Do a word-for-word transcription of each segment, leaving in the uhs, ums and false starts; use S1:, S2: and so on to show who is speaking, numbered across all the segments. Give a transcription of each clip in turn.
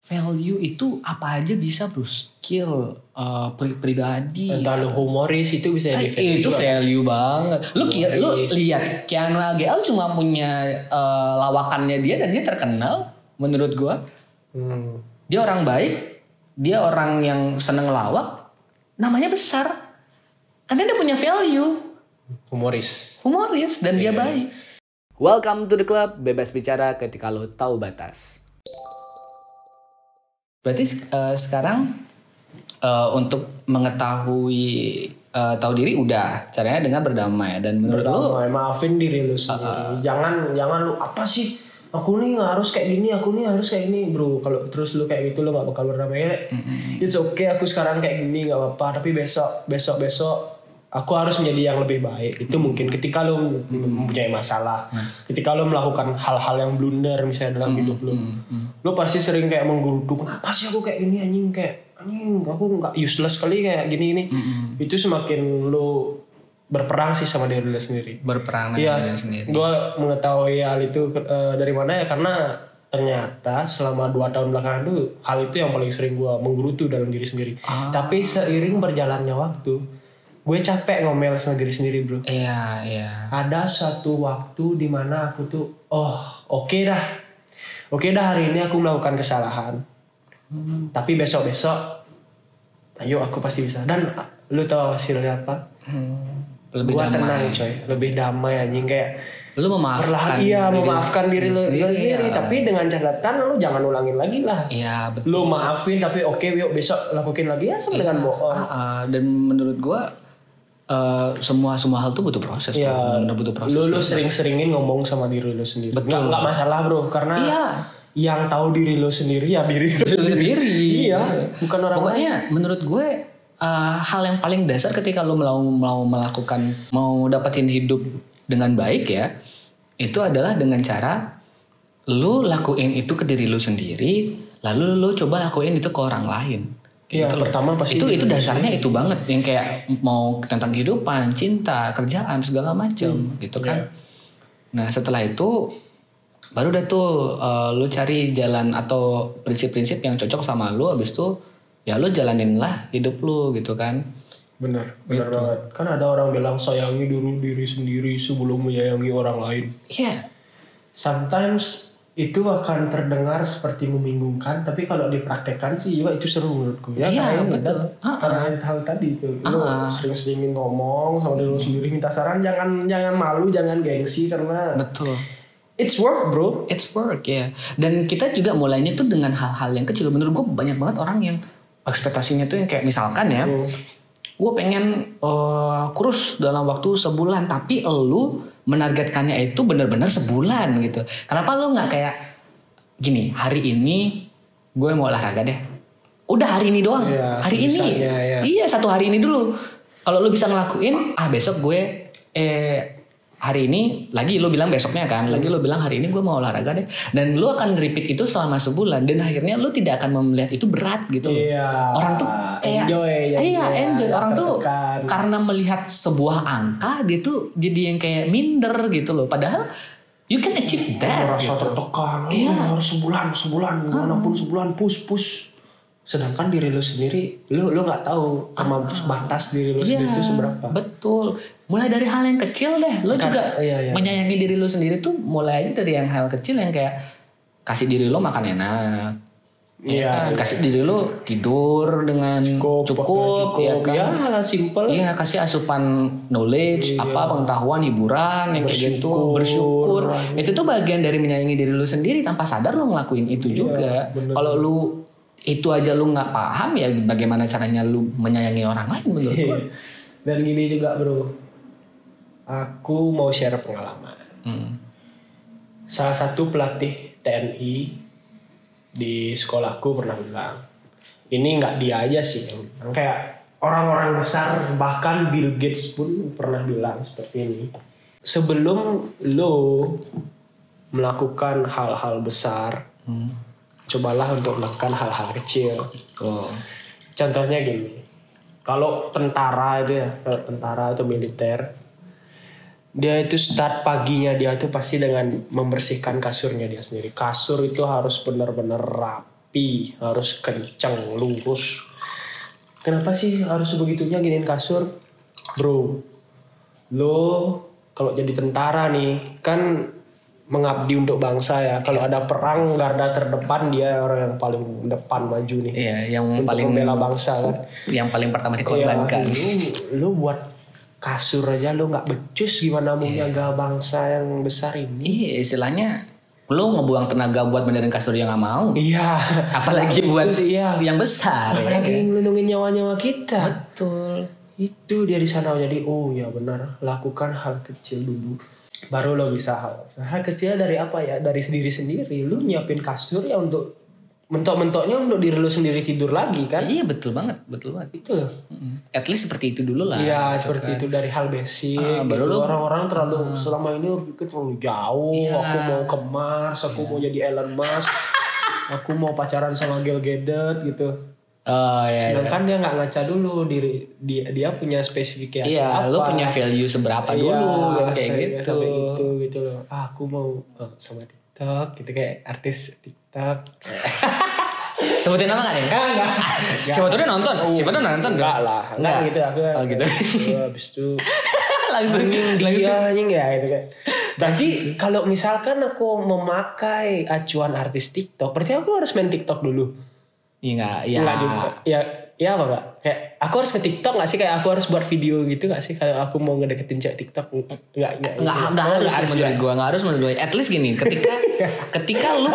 S1: value itu apa aja bisa bro, skill uh, pri- pribadi.
S2: Entah lu humoris itu bisa jadi value.
S1: Itu value banget. Lu ki- lu lihat Keanu L G L cuma punya uh, lawakannya dia dan dia terkenal menurut gua.
S2: Hmm.
S1: Dia orang baik, dia orang yang seneng lawak, namanya besar. Karena dia punya value.
S2: Humoris.
S1: Humoris dan yeah. dia baik. Welcome to the club, bebas bicara ketika lo tahu batas. Berarti uh, sekarang uh, untuk mengetahui uh, tahu diri udah, caranya dengan berdamai dan menurut
S2: berdamai,
S1: lu
S2: maafin diri lu sendiri. Uh, jangan jangan lu apa sih? Aku nih harus kayak gini, aku nih harus kayak gini, bro. Kalau terus lu kayak gitu lu gak bakal berdamai. Mm-hmm. It's okay, aku sekarang kayak gini gak apa-apa. Tapi besok, besok, besok aku harus menjadi yang lebih baik. Itu mm-hmm. mungkin ketika lu mm-hmm. mempunyai masalah, mm-hmm. ketika lu melakukan hal-hal yang blunder misalnya dalam mm-hmm. hidup lu, mm-hmm. lu pasti sering kayak menggerutu. Kenapa sih aku kayak gini anjing, kayak anjing aku nggak useless kali kayak gini-gini. Mm-hmm. Itu semakin lu berperang sih sama diri lu sendiri.
S1: Berperang dengan
S2: ya,
S1: diri sendiri.
S2: Gue mengetahui hal itu uh, dari mana ya, karena ternyata selama dua tahun belakangan tuh hal itu yang paling sering gue menggerutu dalam diri sendiri. Ah. Tapi seiring berjalannya waktu, gue capek ngomel sama diri sendiri, bro.
S1: Iya, iya.
S2: Ada suatu waktu di mana aku tuh, oh oke okay dah, oke okay dah hari ini aku melakukan kesalahan. Hmm. Tapi besok-besok, ayo aku pasti bisa. Dan lu tahu hasilnya apa? Hmm.
S1: Lebih
S2: gua
S1: damai.
S2: tenang coy, lebih damai anjing, kayak
S1: lu memaafkan
S2: perlahan, iya diri, memaafkan diri lu sendiri, sendiri.
S1: Ya.
S2: Tapi dengan catatan lu jangan ulangin lagi lah.
S1: Iya betul.
S2: Lu maafin tapi oke okay, yuk besok lakuin lagi ya sama ya. Dengan bohong.
S1: Uh, uh, dan menurut gua uh, semua semua hal tuh butuh proses.
S2: Iya.
S1: Benar butuh proses.
S2: Lu lu sering-seringin ngomong sama diri lu sendiri.
S1: Betul.
S2: Nggak, nggak masalah bro, karena
S1: iya.
S2: yang tahu diri lu sendiri ya diri lu sendiri. Iya. Bukan orang
S1: Pokoknya
S2: lain.
S1: menurut gue Uh, hal yang paling dasar ketika lo mau mau melakukan mau dapetin hidup dengan baik ya, itu adalah dengan cara lo lakuin itu ke diri lo sendiri, lalu lo coba lakuin itu ke orang lain.
S2: Iya,
S1: gitu
S2: pertama pasti
S1: itu itu dasarnya itu banget yang kayak mau tentang kehidupan, cinta, kerjaan segala macam hmm, gitu kan. Yeah. Nah setelah itu baru dah tuh uh, lo cari jalan atau prinsip-prinsip yang cocok sama lo, abis itu ya lu jalanin lah hidup lu gitu kan.
S2: Benar, benar gitu. Banget. Kan ada orang bilang sayangi dulu diri sendiri sebelum menyayangi orang lain.
S1: Iya. Yeah.
S2: Sometimes itu akan terdengar seperti membingungkan, tapi kalau dipraktekkan sih juga itu seru menurutku. Ya,
S1: iya yeah, betul.
S2: Uh-uh. Karena hal tadi itu, lu uh-uh. sering-seringin ngomong sama diri lu sendiri, minta saran, jangan jangan malu, jangan gengsi karena.
S1: Betul.
S2: It's work bro.
S1: It's work ya. Yeah. Dan kita juga mulainya tuh dengan hal-hal yang kecil. Menurut gue banyak banget orang yang ekspektasinya tuh yang kayak misalkan ya, hmm. gue pengen uh, kurus dalam waktu sebulan, tapi elu menargetkannya itu benar-benar sebulan gitu. Kenapa lu nggak kayak gini, hari ini gue mau olahraga deh, udah hari ini doang, ya, hari ini, ya. Iya satu hari ini dulu. Kalau lu bisa ngelakuin, ah besok gue eh hari ini lagi lu bilang besoknya kan, lagi lu bilang hari ini gue mau olahraga deh, dan lu akan repeat itu selama sebulan dan akhirnya lu tidak akan melihat itu berat gitu.
S2: Iya.
S1: Orang tuh kayak
S2: enjoy,
S1: iya enjoy. Orang tuh
S2: tekan.
S1: Karena melihat sebuah angka dia tuh jadi yang kayak minder gitu loh. Padahal you can achieve that.
S2: Merasa gitu. Tertekan.
S1: Iya.
S2: Oh, harus sebulan, sebulan, dimanapun uh-huh. sebulan push push. Sedangkan diri lu sendiri, lu lu nggak tahu kemampuan ah, batas diri lu iya, sendiri itu seberapa.
S1: Betul. Mulai dari hal yang kecil deh. Lu kan, juga iya, iya. menyayangi diri lu sendiri tuh mulai aja dari yang hal kecil yang kayak kasih diri lu makan enak.
S2: Iya.
S1: Kan? Kasih diri lu tidur dengan cukup, cukup, cukup ya kan.
S2: Ya hal simple.
S1: Iya, kasih asupan knowledge, iya. apa pengetahuan, hiburan yang kayak gitu, bersyukur. Itu tuh bagian dari menyayangi diri lu sendiri, tanpa sadar lu ngelakuin itu iya, juga. Kalau lu itu aja lu nggak paham ya bagaimana caranya lu menyayangi orang lain menurut gue.
S2: Dan gini juga bro, aku mau share pengalaman. Hmm. Salah satu pelatih T N I di sekolahku pernah bilang, ini nggak dia aja sih, kayak orang-orang besar bahkan Bill Gates pun pernah bilang seperti ini. Sebelum lo melakukan hal-hal besar, hmm. cobalah untuk melakukan hal-hal kecil. Oh. Contohnya gini, kalau tentara itu ya, tentara atau militer, dia itu start paginya dia itu pasti dengan membersihkan kasurnya dia sendiri. Kasur itu harus benar-benar rapi rapi, harus kencang, lurus. Kenapa sih harus begitunya giniin kasur? Bro, lo kalau jadi tentara nih kan mengabdi untuk bangsa ya. Kalau ada perang, garda terdepan dia orang yang paling depan maju nih.
S1: Iya, yang
S2: untuk
S1: paling
S2: membela bangsa kan.
S1: Yang paling pertama dikorbankan.
S2: Ya, lu, lu buat kasur aja lu nggak becus, gimana mau jaga bangsa yang besar ini?
S1: Iya, istilahnya lu ngebuang tenaga buat benerin kasur yang gak mau.
S2: Iya.
S1: Apalagi buat
S2: sih, iya.
S1: yang besar.
S2: Apalagi
S1: ya,
S2: ngelindungin nyawa-nyawa kita.
S1: Betul.
S2: Itu dia di sana. Jadi oh ya benar, lakukan hal kecil dulu, baru lo bisa hal. Hal kecil dari apa ya? Dari diri sendiri. Lu nyiapin kasur ya untuk mentok-mentoknya untuk diri lu sendiri tidur lagi kan?
S1: Iya betul banget, betul banget.
S2: Itu loh.
S1: At least seperti itu dulu lah.
S2: Iya
S1: gitu
S2: seperti
S1: kan.
S2: itu dari hal basic.
S1: Ah,
S2: gitu.
S1: baru lu-
S2: Orang-orang terlalu selama ini berpikir terlalu jauh.
S1: Iya.
S2: Aku mau ke Mars, aku mau jadi Elon Musk, aku mau pacaran sama Gal Gadot gitu.
S1: Oh iya.
S2: Sedangkan dia nggak ngaca dulu diri dia dia punya spesifikasi
S1: Iya,
S2: apa.
S1: lu punya value seberapa dulu
S2: Iya,
S1: kayak
S2: sampai-
S1: gitu.
S2: sampai gitu gitu loh. Ah, aku mau oh, sama TikTok gitu kayak artis TikTok.
S1: Sebutin nama gak nih?
S2: Enggak, enggak.
S1: Siapa tuh dia nonton? Siapa tuh nonton?
S2: Enggak lah. Enggak
S1: Enggak.
S2: gitu aku.
S1: Oh, gitu.
S2: Habis itu
S1: langsung
S2: anjing
S1: langsung.
S2: dia anjing ya gitu kan. Berarti kalau misalkan aku memakai acuan artis TikTok, berarti aku harus main TikTok dulu.
S1: Iya enggak, ya.
S2: Enggak juga. Ya, ya apa enggak? Kayak aku harus ke TikTok enggak sih? Kayak aku harus buat video gitu enggak sih kalau aku mau ngedeketin cewek TikTok? Enggak, enggak.
S1: Enggak, enggak harus sih menurut gue, enggak harus menurut gue. At least gini, ketika ketika lu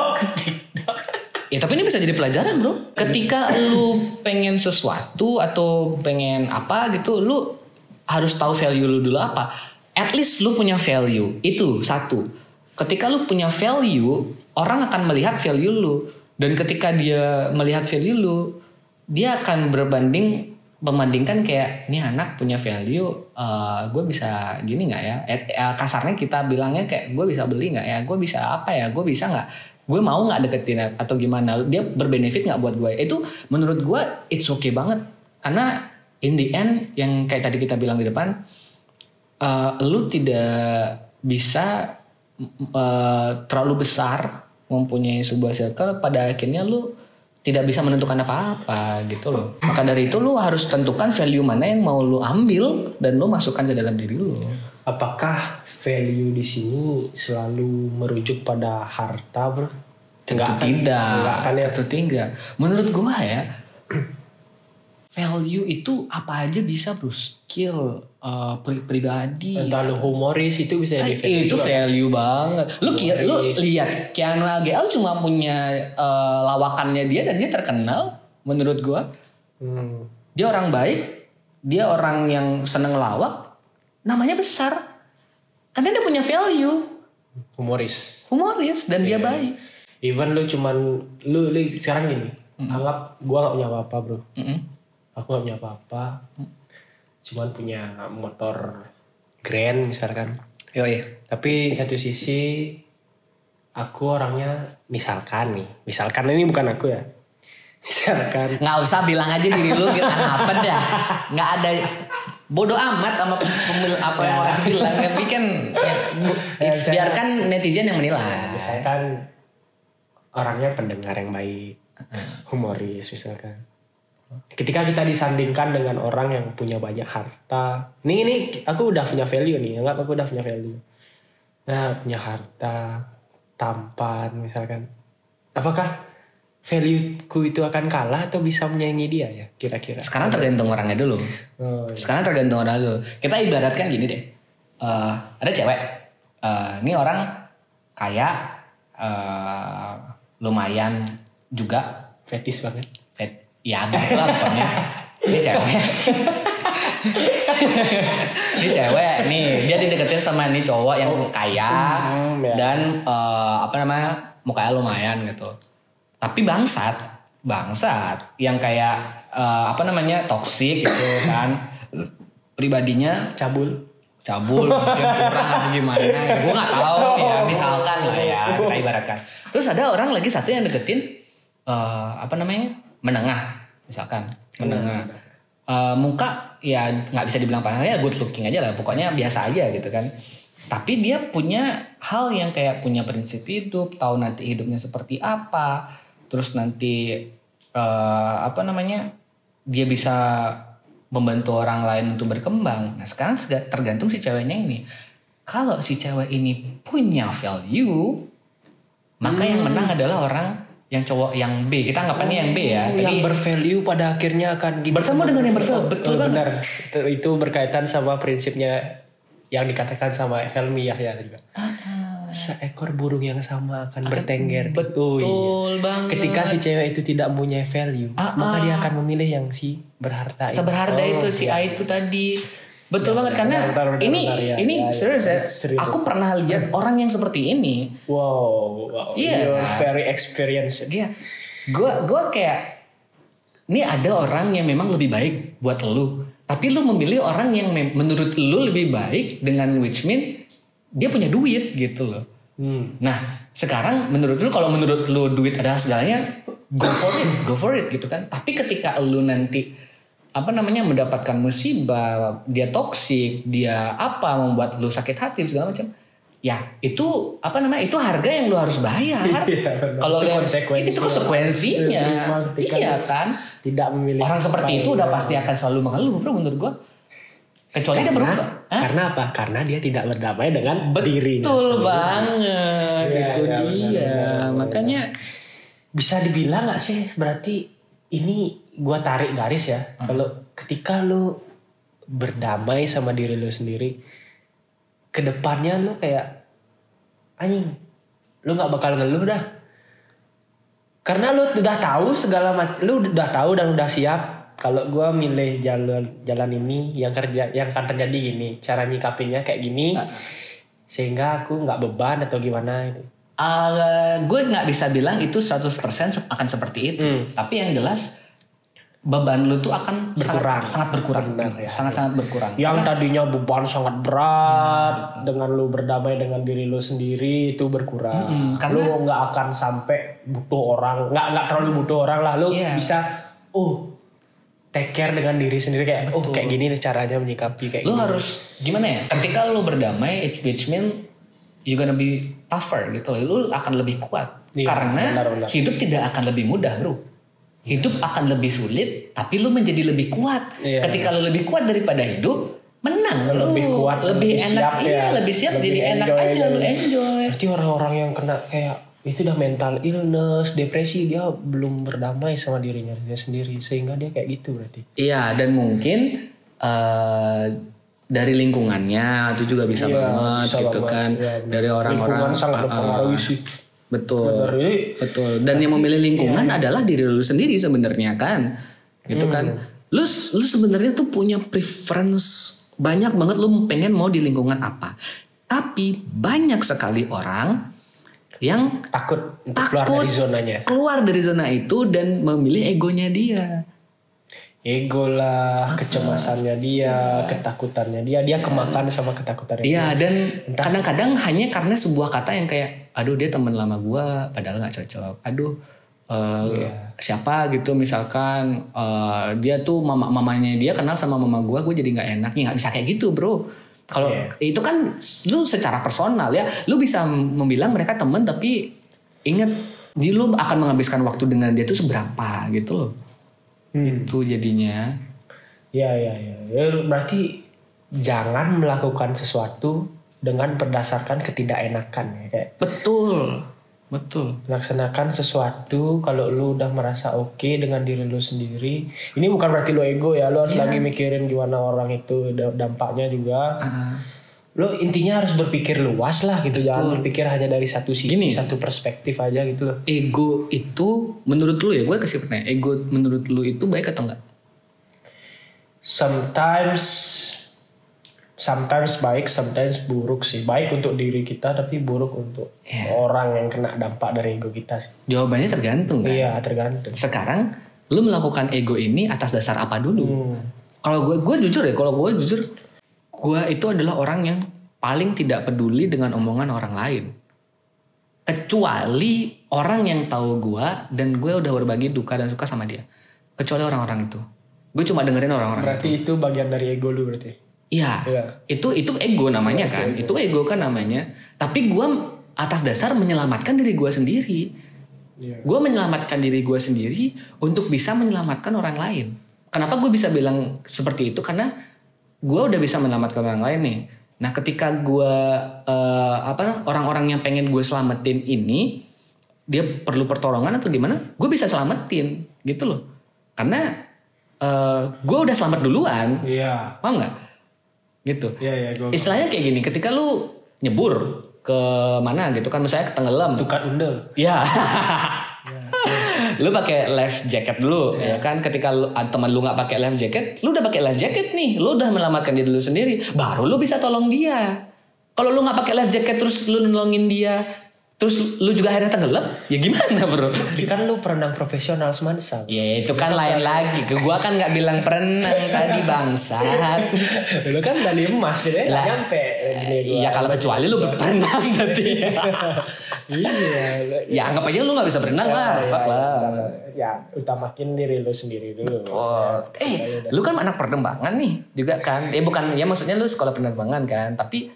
S1: ya tapi ini bisa jadi pelajaran bro. Ketika lu pengen sesuatu atau pengen apa gitu, lu harus tahu value lu dulu apa. At least lu punya value, itu satu. Ketika lu punya value, orang akan melihat value lu. Dan ketika dia melihat value lu, dia akan berbanding membandingkan kayak ini anak punya value, uh, gue bisa gini nggak ya? Eh, eh, kasarnya kita bilangnya kayak gue bisa beli nggak ya? Gue bisa apa ya? Gue bisa nggak? Gue mau nggak deketin atau gimana? Dia berbenefit nggak buat gue? Itu menurut gue it's okay banget karena in the end yang kayak tadi kita bilang di depan, uh, lu tidak bisa uh, terlalu besar mempunyai sebuah circle, pada akhirnya lu tidak bisa menentukan apa-apa gitu loh. Maka dari itu lu harus tentukan value mana yang mau lu ambil dan lu masukkan ke dalam diri lu.
S2: Apakah value di sini selalu merujuk pada harta, bro?
S1: Tentu
S2: Enggak,
S1: tidak.
S2: Enggak kan ya?
S1: Tentu tidak. Menurut gua ya, value itu apa aja bisa bro. Skill, uh, pri- pribadi.
S2: Entah lu humoris itu bisa jadi
S1: Eh,
S2: value.
S1: itu
S2: juga.
S1: value banget. Lu ki- lu
S2: Humoris.
S1: lihat Keanu L G L cuma punya uh, lawakannya dia dan dia terkenal menurut gua.
S2: Hmm.
S1: Dia orang baik, dia orang yang seneng lawak, namanya besar. Karena dia punya value,
S2: Humoris.
S1: humoris dan dia baik.
S2: Even lu cuman lu, lu sekarang gini, anggap gua gak punya apa-apa, bro.
S1: Mm-mm.
S2: Aku gak punya apa-apa. Cuman punya motor Grand misalkan.
S1: Yoi.
S2: Tapi satu sisi aku orangnya misalkan nih, misalkan ini bukan aku ya. Misalkan
S1: Nggak usah bilang aja diri lu gitu apa dah. Nggak ada, bodoh amat sama pemil apa yang orang bilang. Tapi kan ya, bu- it's- biarkan netizen yang menilai.
S2: misalkan orangnya pendengar yang baik, humoris misalkan. Ketika kita disandingkan dengan orang yang punya banyak harta, ini ini aku udah punya value nih, anggap aku udah punya value. Nah, punya harta, tampan misalkan. Apakah value-ku itu akan kalah atau bisa menyaingi dia ya kira-kira?
S1: Sekarang tergantung orangnya dulu.
S2: Oh, iya.
S1: Sekarang tergantung orang dulu. Kita ibaratkan gini deh. Eh, ada cewek. Eh, ini orang kaya, eh, lumayan juga.
S2: Fetis banget.
S1: Fet, ya gitu lah pokoknya. Ini cewek. Ini cewek nih, dia dideketin sama nih cowok yang kaya
S2: Hmm, ya.
S1: dan eh, apa namanya mukanya lumayan gitu. Tapi bangsat, bangsat yang kayak eh, apa namanya toksik gitu kan. Pribadinya
S2: Cabul.
S1: cabul mungkin kurang apa gimana ya, gue nggak tahu ya misalkan lah ya kita ibaratkan. Terus ada orang lagi satu yang deketin eh, apa namanya menengah misalkan menengah. Uh, muka ya nggak bisa dibilang panas ya good looking aja lah pokoknya biasa aja gitu kan, tapi dia punya hal yang kayak punya prinsip hidup, tahu nanti hidupnya seperti apa, terus nanti uh, apa namanya dia bisa membantu orang lain untuk berkembang. Nah sekarang tergantung si ceweknya ini. Kalau si cewek ini punya value, maka hmm. yang menang adalah orang yang cowok yang B. Kita anggapannya oh, yang B ya.
S2: Yang
S1: Tapi
S2: bervalue pada akhirnya akan
S1: bertemu dengan yang bervalue. Betul
S2: oh,
S1: banget.
S2: Benar. Itu, itu berkaitan sama prinsipnya yang dikatakan sama Helmi Yahya juga. Uh-huh. Seekor burung yang sama akan, akan bertengger.
S1: Betul oh, iya. banget.
S2: Ketika si cewek itu tidak punya value, uh-huh. maka dia akan memilih yang si berharta.
S1: Seberharta itu, oh, si A itu tadi. Betul ya, banget karena bentar, bentar, ini bentar, ya, ini ya, serius ya. Serius. Aku pernah lihat orang yang seperti ini.
S2: Wow, wow.
S1: Iya,
S2: you're very experienced.
S1: Iya. Gua gua kayak ini ada orang yang memang lebih baik buat lu, tapi lu memilih orang yang mem- menurut lu lebih baik dengan which mean dia punya duit gitu loh. Hmm. Nah, sekarang menurut lu kalau menurut lu duit adalah segalanya, go for it, go for it gitu kan. Tapi ketika lu nanti apa namanya mendapatkan musibah, dia toksik, dia apa membuat lu sakit hati segala macam. Ya, itu apa namanya? Itu harga yang lu harus bayar.
S2: Iya,
S1: kalau
S2: itu,
S1: konsekuensi itu konsekuensinya. Iya kan?
S2: Tidak memilih
S1: orang seperti itu udah pasti akan selalu mengeluh, bro, menurut gua. Kecuali
S2: karena,
S1: dia berubah. Hah?
S2: Karena apa? Karena dia tidak berdamai dengan dirinya.
S1: Betul banget. Ya, itu ya, dia. Benar, benar. Makanya
S2: bisa dibilang gak sih berarti ini gue tarik garis ya. Hmm. Kalau ketika lu berdamai sama diri lu sendiri, kedepannya lu kayak anjing, lu nggak bakal ngeluh dah. Karena lu udah tahu segala macam, lu udah tahu dan udah siap. Kalau gue milih jalan jalan ini yang kerja yang akan terjadi gini, cara nyikapinnya kayak gini, uh. sehingga aku nggak beban atau gimana itu.
S1: Uh, gue nggak bisa bilang itu seratus persen akan seperti itu. Hmm. Tapi yang jelas beban lu tuh akan berkurang, sangat, sangat berkurang, benar, ya. sangat-sangat berkurang.
S2: Yang karena, tadinya beban sangat berat, ya, dengan lu berdamai dengan diri lu sendiri itu berkurang. Hmm, karena, lu nggak akan sampai butuh orang, nggak nggak terlalu butuh orang lah. Lu yeah. bisa, oh take care dengan diri sendiri kayak, betul. oh kayak gini caranya menyikapi kayak.
S1: Lu
S2: gini.
S1: harus gimana ya? Ketika lu berdamai, which mean you gonna be tougher gitu loh. Lu akan lebih kuat, yeah, karena benar, benar. hidup tidak akan lebih mudah, bro. Hidup akan lebih sulit, tapi lu menjadi lebih kuat. Iya. Ketika lu lebih kuat daripada hidup, menang.
S2: Lebih
S1: lu
S2: kuat,
S1: lebih,
S2: lebih
S1: enak,
S2: siap
S1: iya,
S2: ya.
S1: lebih siap. Lebih jadi enak aja, lu enjoy.
S2: Berarti orang-orang yang kena kayak itu udah mental illness, depresi, dia belum berdamai sama dirinya dia sendiri, sehingga dia kayak gitu berarti.
S1: Iya, dan mungkin uh, dari lingkungannya itu juga bisa iya, banget bisa gitu banget. kan. Iya, dari orang-orang.
S2: Lingkungan sangat berpengaruh sih.
S1: Betul, betul. Dan yang memilih lingkungan iya. adalah diri lu sendiri sebenarnya kan, gitu hmm. kan. Lu, lu sebenarnya tuh punya preference banyak banget. Lu pengen mau di lingkungan apa. Tapi banyak sekali orang yang
S2: takut, untuk
S1: takut
S2: keluar dari zonanya,
S1: keluar dari zona itu dan memilih egonya dia.
S2: Ego lah, kecemasannya dia, ketakutannya dia, dia kemakan sama ketakutannya.
S1: Iya, dan Entah. kadang-kadang hanya karena sebuah kata yang kayak, aduh dia teman lama gue, padahal nggak cocok. Aduh uh, yeah. siapa gitu misalkan uh, dia tuh mama mamanya dia kenal sama mama gue, gue jadi nggak enak. Ya nggak bisa kayak gitu, bro. Kalau yeah. itu kan lu secara personal ya, lu bisa membilang mereka teman, tapi ingat, lu akan menghabiskan waktu dengan dia tuh seberapa gitu loh. Hmm. Itu jadinya
S2: ya ya ya berarti jangan melakukan sesuatu dengan berdasarkan ketidakenakan ya kayak.
S1: Betul betul
S2: laksanakan sesuatu kalau lu udah merasa oke okay dengan diri lu sendiri. Ini bukan berarti lu ego ya, lu harus yeah. lagi mikirin gimana orang itu dampaknya juga. uh-huh. Lu intinya harus berpikir luas lah gitu. Betul. Jangan berpikir hanya dari satu sisi, Gini, satu perspektif aja gitu loh.
S1: Ego itu menurut lu ya, gue kasih pertanyaan, ego menurut lu itu baik atau enggak?
S2: Sometimes Sometimes baik, sometimes buruk sih. Baik untuk diri kita, tapi buruk untuk yeah. orang yang kena dampak dari ego kita sih.
S1: Jawabannya tergantung kan?
S2: Iya, tergantung.
S1: Sekarang lu melakukan ego ini atas dasar apa dulu? Hmm. Kalau gue, gue jujur ya, kalau gue jujur, gue itu adalah orang yang paling tidak peduli dengan omongan orang lain. Kecuali orang yang tahu gue dan gue udah berbagi duka dan suka sama dia. Kecuali orang-orang itu. Gue cuma dengerin orang-orang
S2: berarti itu. Berarti itu bagian dari ego lu berarti?
S1: Iya. Ya. Itu itu ego namanya ya, kan. Itu ego. Itu ego kan namanya. Tapi gue atas dasar menyelamatkan diri gue sendiri.
S2: Yeah.
S1: Gue menyelamatkan diri gue sendiri untuk bisa menyelamatkan orang lain. Kenapa gue bisa bilang seperti itu? Karena gue udah bisa menyelamatkan orang lain nih. Nah, ketika gue uh, apa orang-orang yang pengen gue selamatin ini, dia perlu pertolongan atau gimana? Gue bisa selamatin, gitu loh. Karena uh, gue udah selamat duluan.
S2: Iya.
S1: Paham nggak? Gitu.
S2: Iya, iya. Gua,
S1: Istilahnya kayak gini. Ketika lu nyebur ke mana gitu kan, misalnya ke tenggelam.
S2: Tukar undang.
S1: Ya. Lu pakai life jacket dulu, yeah. ya kan? Ketika lu, teman lu nggak pakai life jacket, lu udah pakai life jacket nih, lu udah menyelamatkan diri lu sendiri, baru lu bisa tolong dia. Kalau lu nggak pakai life jacket terus lu nolongin dia, terus lu juga akhirnya tenggelam, ya gimana bro?
S2: Kan lu perenang profesional semansa.
S1: Ya itu kan lain lagi. Ke gua kan nggak bilang perenang tadi bangsat.
S2: Lu kan dari emas ya, nggak nyampe.
S1: Ya kalau kecuali lu berenang berarti.
S2: Iya.
S1: Ya anggap aja lu nggak bisa berenang
S2: ya,
S1: lah,
S2: ya,
S1: fuck
S2: ya,
S1: lah.
S2: Ya utamakin diri lu sendiri dulu.
S1: Oh, eh, lu kan anak penerbangan nih juga kan? Eh bukan, ya maksudnya lu sekolah penerbangan kan? Tapi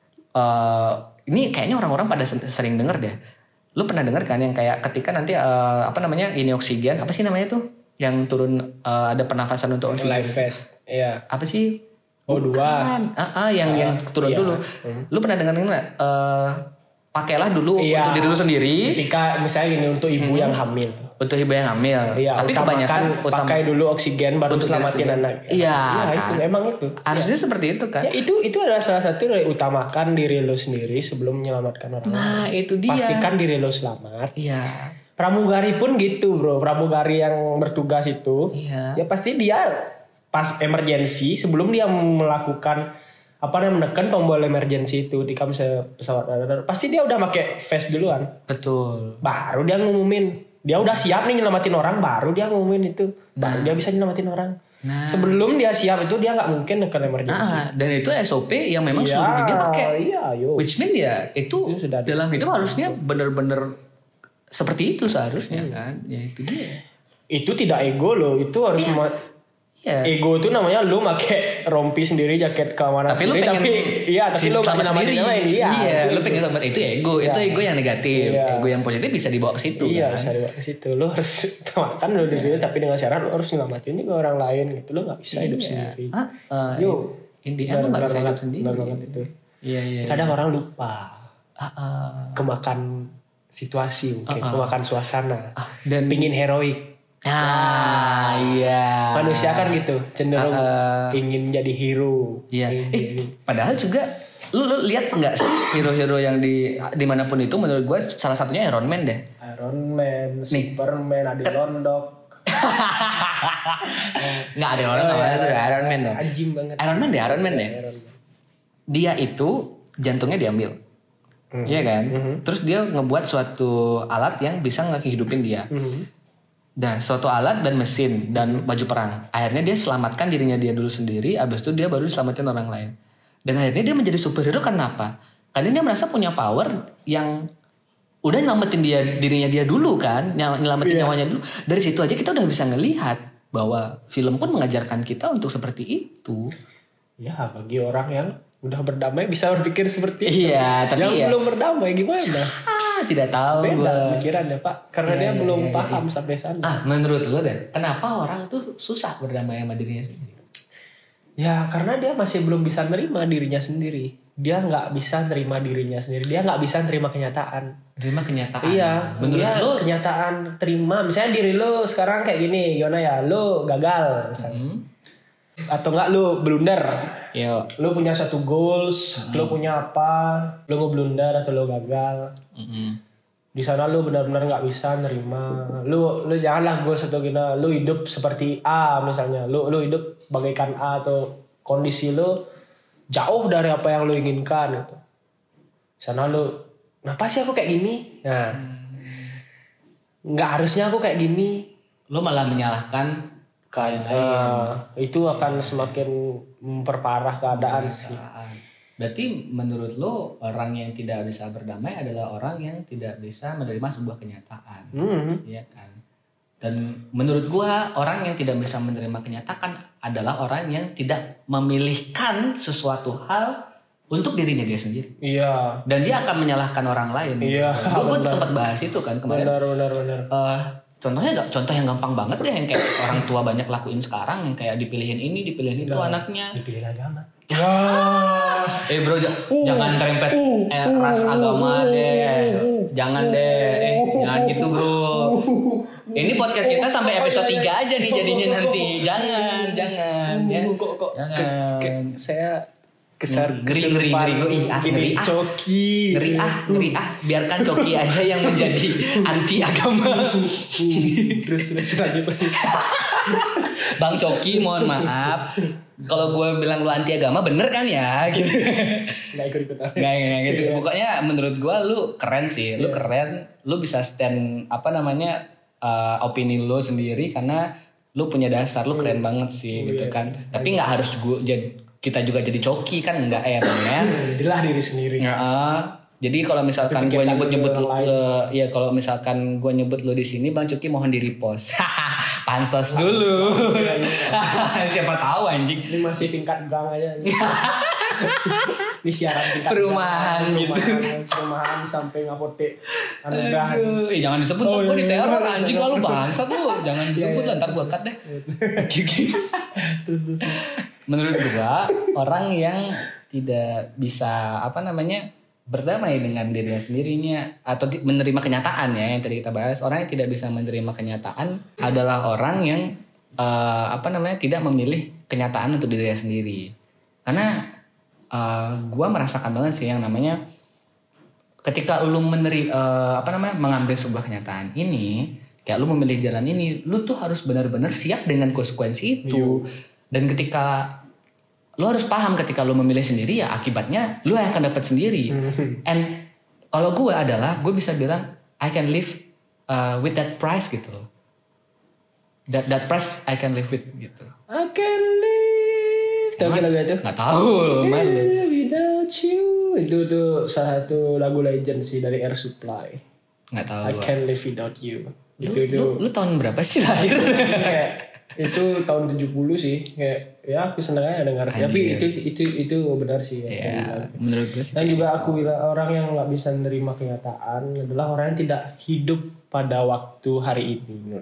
S1: uh, ini kayaknya orang-orang pada sering denger deh. Lu pernah denger kan yang kayak ketika nanti uh, apa namanya ini oksigen, apa sih namanya tuh? Yang turun uh, ada pernafasan untuk oksigen.
S2: Life vest, iya.
S1: Apa sih?
S2: O dua.
S1: Ah, ah, yang uh, yang turun iya. dulu. Hmm. Lu pernah denger nggak? Uh, pakailah dulu iya, untuk diri lu sendiri.
S2: Ketika misalnya gini untuk ibu hmm. yang hamil.
S1: Untuk ibu yang hamil.
S2: Iya,
S1: tapi kebanyakan
S2: utama, pakai dulu oksigen baru selamatin anak.
S1: Iya,
S2: ya,
S1: kan?
S2: Itu emang itu.
S1: Harusnya
S2: ya.
S1: seperti itu kan.
S2: Ya, itu itu adalah salah satu dari utamakan diri lu sendiri sebelum menyelamatkan orang lain.
S1: Nah, itu dia.
S2: Pastikan diri lu selamat.
S1: Iya.
S2: Pramugari pun gitu, Bro. Pramugari yang bertugas itu,
S1: iya.
S2: ya pasti dia pas emergency sebelum dia melakukan apa namanya menekan tombol emergency itu di kamera pesawat darat, pasti dia udah pakai vest duluan.
S1: Betul.
S2: Baru dia ngumumin, dia udah siap nih nyelamatin orang, baru dia ngumumin itu, nah. baru dia bisa nyelamatin orang. Nah. Sebelum dia siap itu dia nggak mungkin nekan emergency.
S1: Nah, dan itu S O P yang memang
S2: ya,
S1: seluruh dunia pakai.
S2: Iya, yo.
S1: Which mean ya itu, itu sudah dalam hidup harusnya benar-benar seperti itu seharusnya hmm. kan. Ya itu dia.
S2: Itu tidak ego loh, itu harus
S1: ya.
S2: ma- Yeah. Ego itu namanya lu pakai rompi sendiri, jaket keamanan
S1: tapi
S2: sendiri,
S1: lu pengen
S2: tapi iya, tapi lu
S1: sama sendiri.
S2: Lain, iya,
S1: iya
S2: itu,
S1: lu pengen sama itu ego,
S2: iya.
S1: itu ego yang negatif. Iya. Ego yang positif bisa dibawa ke situ.
S2: Iya,
S1: kan?
S2: bisa dibawa ke situ. Lu harus makan lu diri, tapi dengan syarat lu harus nyelamatin juga orang lain gitu. Lu enggak bisa iya. hidup sendiri.
S1: Ah, uh, Yo, intinya lu enggak bisa hidup sendiri.
S2: Itu.
S1: Iya, iya.
S2: Kadang orang lupa.
S1: Uh, uh.
S2: Kemakan situasi mungkin, uh, uh. kemakan suasana.
S1: Uh, dan
S2: pingin heroik.
S1: Ah, iya.
S2: Manusia kan gitu, cenderung uh, uh, ingin jadi hero.
S1: Iya. Eh, padahal juga lu, lu lihat nggak sih hero-hero yang di dimanapun itu menurut gue salah satunya Iron Man deh.
S2: Iron Man, nih. Superman, ada Londok.
S1: Nggak ada Londok nggak masuk Iron Man dong.
S2: Anjing banget.
S1: Iron Man deh, Iron Man deh. Dia itu jantungnya diambil. Mm-hmm. Iya kan? Mm-hmm. Terus dia ngebuat suatu alat yang bisa ngehidupin dia. Mm-hmm. Nah, suatu alat dan mesin dan baju perang. Akhirnya dia selamatkan dirinya dia dulu sendiri, abis itu dia baru selamatin orang lain. Dan akhirnya dia menjadi superhero karena apa? Karena dia merasa punya power yang udah nyelamatin dia dirinya dia dulu kan, nyelamatin yeah. nyawanya dulu. Dari situ aja kita udah bisa ngelihat bahwa film pun mengajarkan kita untuk seperti itu.
S2: Ya, bagi orang yang udah berdamai bisa berpikir seperti itu.
S1: Iya, tapi
S2: yang
S1: ya.
S2: belum berdamai gimana?
S1: Ah, tidak tahu.
S2: Beda pikirannya Pak, karena ya, dia ya, belum ya, paham ya. sampai sana.
S1: Ah, menurut lo deh, kenapa orang tuh susah berdamai sama dirinya sendiri?
S2: Ya, karena dia masih belum bisa nerima dirinya sendiri. Dia nggak bisa nerima dirinya sendiri. Dia nggak bisa nerima kenyataan.
S1: Terima kenyataan.
S2: Iya.
S1: Menurut
S2: dia
S1: lo
S2: kenyataan terima. Misalnya diri lo sekarang kayak gini, Yona ya, lo gagal. Misalnya. Hmm. Atau enggak lu blunder.
S1: Yo.
S2: Lu punya satu goals, mm-hmm. lu punya apa, lu ngeblunder atau lu gagal. Mm-hmm. Di sana lu benar-benar enggak bisa nerima. Lu lu janganlah goals atau gina, lu hidup seperti A misalnya. Lu lu hidup bagaikan A atau kondisi lu jauh dari apa yang lu inginkan gitu. Di sana lu, kenapa sih aku kayak gini? Nah. Enggak harusnya aku kayak gini.
S1: Lu malah menyalahkan
S2: Kain, uh, itu akan semakin memperparah keadaan sih.
S1: Berarti menurut lo orang yang tidak bisa berdamai adalah orang yang tidak bisa menerima sebuah kenyataan, mm-hmm. ya kan? Dan menurut gua orang yang tidak bisa menerima kenyataan adalah orang yang tidak memilihkan sesuatu hal untuk dirinya dia sendiri.
S2: Iya.
S1: Dan dia akan menyalahkan orang lain.
S2: Iya.
S1: Gue sempat bahas itu kan kemarin.
S2: Benar benar benar.
S1: Uh, contohnya gak, contoh yang gampang banget deh yang kayak orang tua banyak lakuin sekarang yang kayak dipilihin ini, dipilihin itu
S2: Nah,
S1: anaknya.
S2: Dipilih agama. Wah.
S1: Eh bro, j-
S2: Uh,
S1: jangan terempet
S2: uh,
S1: eh, ras
S2: uh,
S1: agama
S2: uh,
S1: deh.
S2: uh, uh,
S1: Jangan deh. Eh, jangan gitu bro. Ini podcast kita sampai episode tiga aja nih jadinya nanti. Jangan, jangan ya.
S2: Kok kok
S1: Jangan.
S2: ke, ke, saya kesar
S1: Ngeri, ngeri, ngeri, ngeri. Ih, ah,
S2: gini,
S1: ngeri, ah.
S2: coki.
S1: Ngeri ah, ngeri ah. Biarkan Coki aja yang menjadi anti agama.
S2: Terus terus lanjut lagi.
S1: Bang Coki, mohon maaf. Kalau gue bilang lu anti agama, bener kan ya? Gitu.
S2: Nggak ikut ikutan.
S1: Nggak, nggak gitu. Pokoknya menurut gue lu keren sih. Lu keren. Lu bisa stand apa namanya uh, opini lu sendiri karena lu punya dasar. Lu keren banget sih gitu kan. Tapi nggak harus gue jadi kita juga jadi Coki kan nggak ya men.
S2: Jadilah diri sendiri.
S1: Ya, uh, jadi kalau misalkan gue nyebut-nyebut uh, ya kalau misalkan gue nyebut lu di sini Bang Coki mohon di repost. Pansos dulu. Siapa tahu anjing.
S2: Ini masih tingkat gang aja. Ini siaran tingkat
S1: perumahan
S2: gang,
S1: gitu.
S2: Perumahan, perumahan sampai ngapote anugerah.
S1: Aduh, eh, jangan disebut
S2: Oh,
S1: tuh gue
S2: iya,
S1: diteror
S2: iya,
S1: anjing
S2: iya.
S1: lalu bangsat lu. Jangan disebut
S2: Iya,
S1: lah
S2: iya.
S1: ntar gue cut deh. Menurut gua orang yang tidak bisa apa namanya berdamai dengan dirinya sendirinya atau di- menerima kenyataan ya yang tadi kita bahas, orang yang tidak bisa menerima kenyataan adalah orang yang eh, apa namanya tidak memilih kenyataan untuk dirinya sendiri. Karena eh, gua merasakan banget sih yang namanya ketika lu meneri eh, apa namanya mengambil sebuah kenyataan ini, kayak lu memilih jalan ini, lu tuh harus benar-benar siap dengan konsekuensi itu. Dan ketika lu harus paham ketika lu memilih sendiri ya akibatnya lu yang akan dapat sendiri. And kalau gue adalah gue bisa bilang I can live uh, with that price gitu loh. That that price I can live with gitu.
S2: I can live. Tahu
S1: Emang?
S2: lagu itu?
S1: Nggak tahu loh, man.
S2: Without you. Itu tuh salah satu lagu legend sih dari Air Supply.
S1: Nggak tahu.
S2: I
S1: gua.
S2: can live without you.
S1: Lu,
S2: Itu itu.
S1: lu, lu tahun berapa sih lahir?
S2: Kayak itu tahun tujuh puluh sih, kayak ya aku seneng aja dengar. Tapi itu itu itu benar sih ya.
S1: Ya, menurut gue sih.
S2: Dan juga aku bilang orang yang nggak bisa menerima kenyataan adalah orang yang tidak hidup pada waktu hari ini.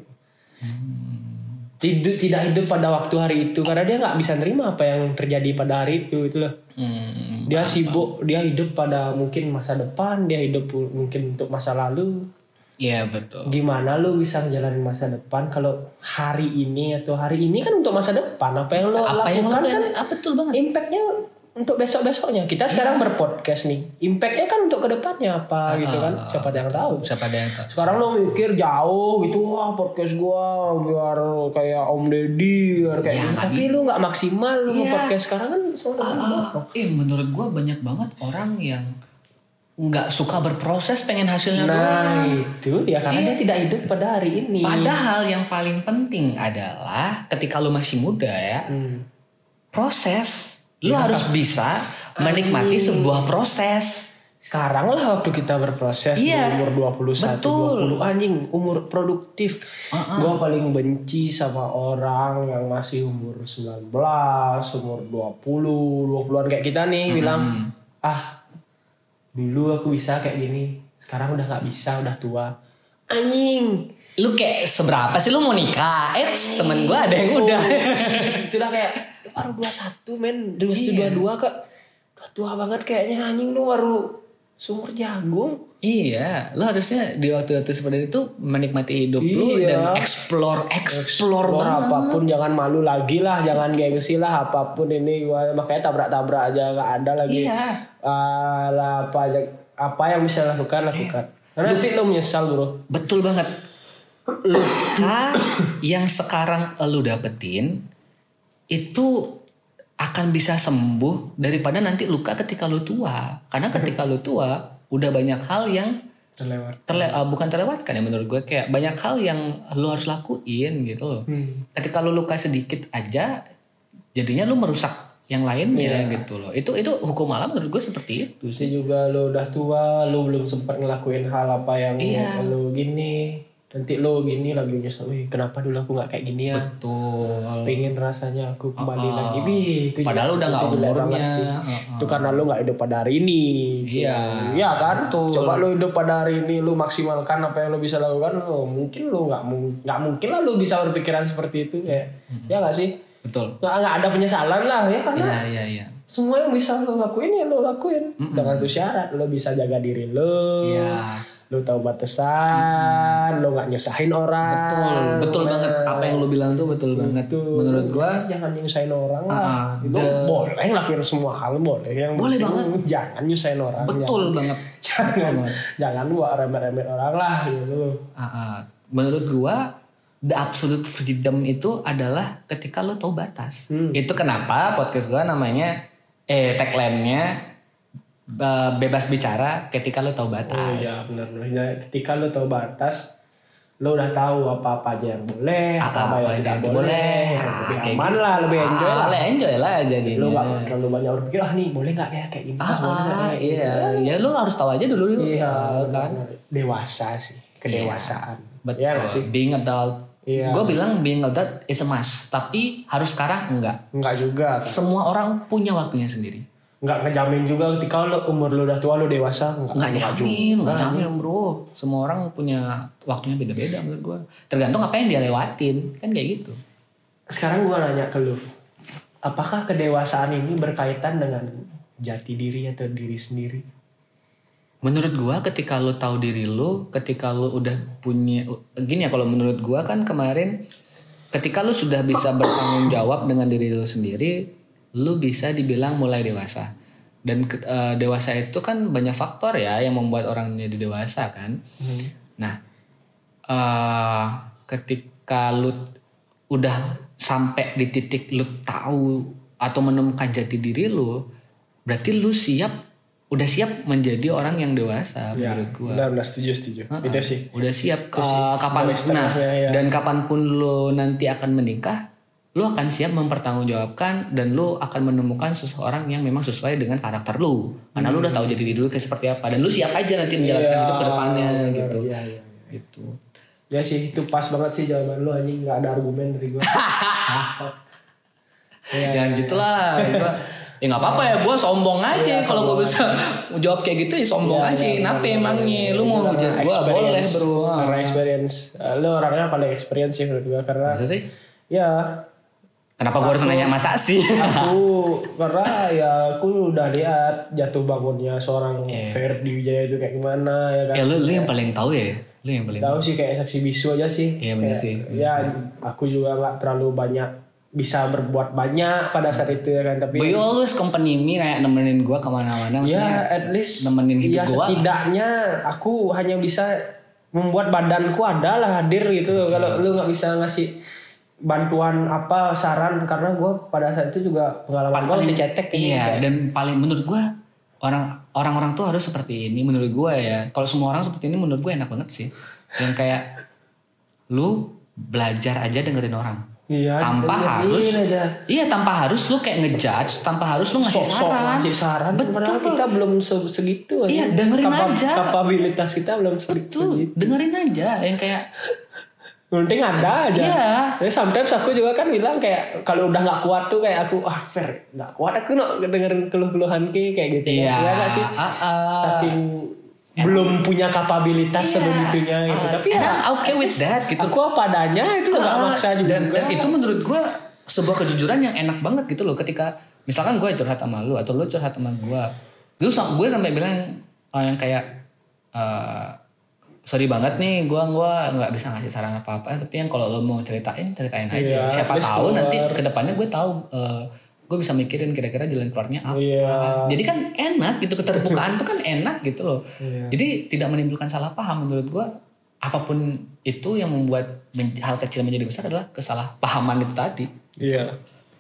S2: Hmm. Tidak tidak hidup pada waktu hari itu karena dia nggak bisa nerima apa yang terjadi pada hari itu itu loh.
S1: Hmm,
S2: Dia sibuk, dia hidup pada mungkin masa depan, dia hidup mungkin untuk masa lalu.
S1: Iya betul.
S2: Gimana lu bisa menjalani masa depan kalau hari ini atau hari ini kan untuk masa depan apa yang lo
S1: Apa yang lu
S2: lakukan kan
S1: ah, betul banget.
S2: impactnya untuk besok-besoknya. Kita sekarang berpodcast nih, impactnya kan untuk kedepannya apa gitu kan, siapa yang tahu.
S1: Siapa ada yang tahu?
S2: Sekarang lo mikir jauh gitu, wah podcast gua biar kayak Om Deddy biar kayak
S1: Ya,
S2: gitu. Tapi lu nggak maksimal lu
S1: Iya.
S2: podcast sekarang kan sebenarnya.
S1: Ah, eh menurut gue banyak banget orang yang nggak suka berproses pengen hasilnya
S2: Nah
S1: doang.
S2: itu ya karena
S1: Iya.
S2: dia tidak hidup pada hari ini.
S1: Padahal yang paling penting adalah ketika lu masih muda ya,
S2: Hmm.
S1: proses. Lu harus bisa menikmati sebuah proses.
S2: Sekarang lah waktu kita berproses
S1: Iya.
S2: di umur dua puluh satu,
S1: Betul.
S2: dua puluh anjing umur produktif.
S1: Uh-uh.
S2: Gua paling benci sama orang yang masih umur sembilan belas, umur dua puluh, dua puluhan kayak kita nih bilang, "Ah, dulu aku bisa kayak gini, sekarang udah nggak bisa, udah tua." Anjing.
S1: Lu kayak seberapa sih lu mau nikah? Eh temen gue ada yang udah.
S2: Itu udah kayak lu baru dua puluh satu men, dua puluh satu
S1: Iya.
S2: dua puluh dua kak. Udah tua banget kayaknya anjing lu baru sumur jagung.
S1: Iya, lu harusnya di waktu-waktu seperti itu menikmati hidup lu
S2: Iya.
S1: dan explore, explore,
S2: Explore
S1: banget.
S2: apapun, jangan malu lagi lah, jangan gengsi lah apapun ini. Gua makanya tabrak-tabrak aja, nggak ada lagi.
S1: Iya.
S2: Ah, lah, apa aja, apa yang bisa lakukan lakukan. Karena nanti lo menyesal bro.
S1: Betul banget. Luka yang sekarang lu dapetin itu akan bisa sembuh daripada nanti luka ketika lu tua. Karena ketika lu tua udah banyak hal yang
S2: Terlewat.
S1: terle uh, bukan terlewatkan ya menurut gue, kayak banyak hal yang lu harus lakuin gitu loh.
S2: Hmm.
S1: Ketika lu luka sedikit aja jadinya lu merusak yang lainnya gitu loh. Itu itu hukum alam menurut gue seperti itu sih.
S2: Terus juga lo udah tua, lo belum sempat ngelakuin hal apa yang
S1: Iya.
S2: lo gini. nanti lo gini lagi nyesel, wih kenapa dulu aku nggak kayak gini ya,
S1: Betul.
S2: pengen rasanya aku kembali
S1: Uh-uh.
S2: lagi. Wih, itu
S1: Padahal
S2: juga
S1: udah nggak
S2: itu jelek
S1: umurnya.
S2: banget sih.
S1: Uh-uh.
S2: Itu karena lo nggak hidup pada hari ini.
S1: Iya.
S2: Iya kan.
S1: Betul.
S2: Coba lo hidup pada hari ini, lo maksimalkan apa yang lo bisa lakukan. Lo mungkin lo nggak nggak mungkin lah lo bisa berpikiran seperti itu kayak.
S1: Mm-hmm.
S2: Ya nggak sih.
S1: Betul.
S2: Nggak nggak ada penyesalan lah ya karena.
S1: Iya iya iya.
S2: Semua yang bisa lo lakuin ya lo lakuin.
S1: Mm-mm.
S2: Dengan tuh syarat lo bisa jaga diri lo.
S1: Iya.
S2: Lo tahu batasan, mm-hmm. lo nggak nyusahin orang.
S1: Betul, betul
S2: nah,
S1: banget. Apa yang lo bilang tuh betul banget.
S2: Itu.
S1: Menurut gua
S2: Jangan nyusahin orang lah.
S1: uh,
S2: Itu
S1: the...
S2: boleh lakuin semua hal boleh. Yang
S1: boleh
S2: penting
S1: banget.
S2: Jangan nyusahin orang.
S1: Betul
S2: jangan,
S1: banget.
S2: Jangan,
S1: Betul.
S2: jangan buat remet-remet orang lah gitu.
S1: Uh, uh. Menurut gua the absolute freedom itu adalah ketika lo tahu batas.
S2: Hmm.
S1: Itu kenapa podcast gua namanya eh tagline-nya uh, bebas bicara ketika lo tahu batas.
S2: Oh iya benar-benar. Ketika lo tahu batas, lo udah tahu apa-apa aja yang boleh, apa-apa yang tidak boleh. Ya,
S1: Ah,
S2: lebih
S1: kayak
S2: aman
S1: gitu.
S2: lah, lebih enjoy
S1: ah,
S2: lah.
S1: Lebih enjoy lah jadinya.
S2: Lo gak terlalu banyak berpikir, ah nih boleh gak ya kayak gini.
S1: Ah,
S2: boleh gak
S1: ah,
S2: kayak
S1: iya,
S2: gini.
S1: ya lo harus tahu aja dulu.
S2: Iya
S1: kan.
S2: Dewasa sih, kedewasaan.
S1: Betul.
S2: Iya gak sih?
S1: Being adult.
S2: Iya.
S1: Gue bilang being adult is a must, tapi harus sekarang enggak.
S2: Enggak juga. Kan?
S1: Semua orang punya waktunya sendiri.
S2: Enggak ngejamin juga ketika lo umur lo udah tua lo dewasa. Enggak,
S1: Enggak jamin, enggak jamin bro. Semua orang punya waktunya beda-beda menurut gue. Tergantung apa yang dia lewatin, kan kayak gitu.
S2: Sekarang gue nanya ke lo, apakah kedewasaan ini berkaitan dengan jati diri atau diri sendiri?
S1: Menurut gua ketika lu tahu diri lu, ketika lu udah punya gini ya, kalau menurut gua kan kemarin ketika lu sudah bisa bertanggung jawab dengan diri lu sendiri, lu bisa dibilang mulai dewasa. Dan uh, dewasa itu kan banyak faktor ya yang membuat orang jadi dewasa kan. Hmm. Nah, uh, ketika lu udah sampai di titik lu tahu atau menemukan jati diri lu, berarti lu siap udah siap menjadi orang yang dewasa ya, menurut gua.
S2: Benar, benar setuju setuju. Uh-uh. Itu sih.
S1: Udah siap
S2: Itu sih.
S1: Uh, kapan nah
S2: ya.
S1: Dan kapanpun lo nanti akan menikah, lo akan siap mempertanggungjawabkan dan lo akan menemukan seseorang yang memang sesuai dengan karakter lo. Karena hmm. lo udah tahu jati diri dulu kayak seperti apa dan lo siap aja nanti menjalankan ya, hidup ke depannya gitu.
S2: Iya, iya, iya.
S1: Gitu.
S2: Ya sih, itu pas banget sih jawaban lo, anjing, enggak ada argumen dari gua.
S1: ya, Jangan ya, gitulah. Ya. Ya nggak apa-apa ya, gue sombong aja ya, kalau gue bisa jawab kayak gitu ya sombong ya, aja. Ya, Kenapa emangnya? Lu mau hujat gue boleh bro.
S2: Karena experience, lu orangnya paling experience sih menurut gue karena.
S1: Masa sih?
S2: Ya.
S1: Kenapa gue harus nanya masa sih?
S2: Aku karena ya aku udah lihat jatuh bangunnya seorang yeah. Ferdi Wijaya itu kayak gimana ya kan.
S1: Ya lu, lu yang paling tahu ya. Lu yang paling
S2: tahu sih kayak saksi bisu aja sih.
S1: Iya benar sih.
S2: Ya aku juga nggak terlalu banyak bisa berbuat banyak pada saat itu ya kan, tapi
S1: But you always company me kayak nemenin gue kemana-mana,
S2: maksudnya ya at least
S1: nemenin hidup
S2: ya,
S1: gue.
S2: Setidaknya aku hanya bisa membuat badanku ada lah hadir gitu. Kalau lu nggak bisa ngasih bantuan apa saran, karena gue pada saat itu juga pengalaman gue masih cetek.
S1: Iya gitu. Dan paling menurut gue orang orang-orang tuh harus seperti ini menurut gue ya. Kalau semua orang seperti ini menurut gue enak banget sih. Yang kayak lu belajar aja dengerin orang.
S2: Iya,
S1: tanpa harus
S2: aja.
S1: Iya tanpa harus lu kayak ngejudge, tanpa harus lu ngasih
S2: Sok-sok
S1: saran
S2: ngasih saran. Betul, kita belum segitu aja.
S1: Iya dengerin Kapa, aja
S2: kapabilitas kita belum segitu.
S1: Betul, dengerin aja yang kayak
S2: penting ada aja.
S1: Iya.
S2: Jadi sometimes aku juga kan bilang kayak kalau udah nggak kuat tuh kayak aku ah Fer nggak kuat aku no dengerin keluh-keluhan kayak gitu.
S1: Iya.
S2: Ya nggak sih.
S1: Uh-uh.
S2: Saking ya. Belum punya kapabilitas yeah. sebegitunya gitu. Uh,
S1: tapi ya I'm okay with that gitu.
S2: Aku apa adanya itu nggak uh, maksa juga.
S1: Dan, dan itu menurut gue sebuah kejujuran yang enak banget gitu loh. Ketika misalkan gue curhat sama lu atau lu curhat sama gue, gue gue sampai bilang oh, yang kayak uh, sorry banget nih gue gue nggak bisa ngasih saran apa apa. Tapi yang kalau lo mau ceritain ceritain aja. Yeah, Siapa tahu keluar. Nanti kedepannya gue tahu. Uh, gue bisa mikirin kira-kira jalan keluarnya apa. Yeah. Jadi kan enak gitu, keterbukaan tuh kan enak gitu loh. Yeah. Jadi tidak menimbulkan salah paham menurut gue. Apapun itu yang membuat hal kecil menjadi besar adalah kesalahpahaman itu tadi.
S2: Iya. Yeah.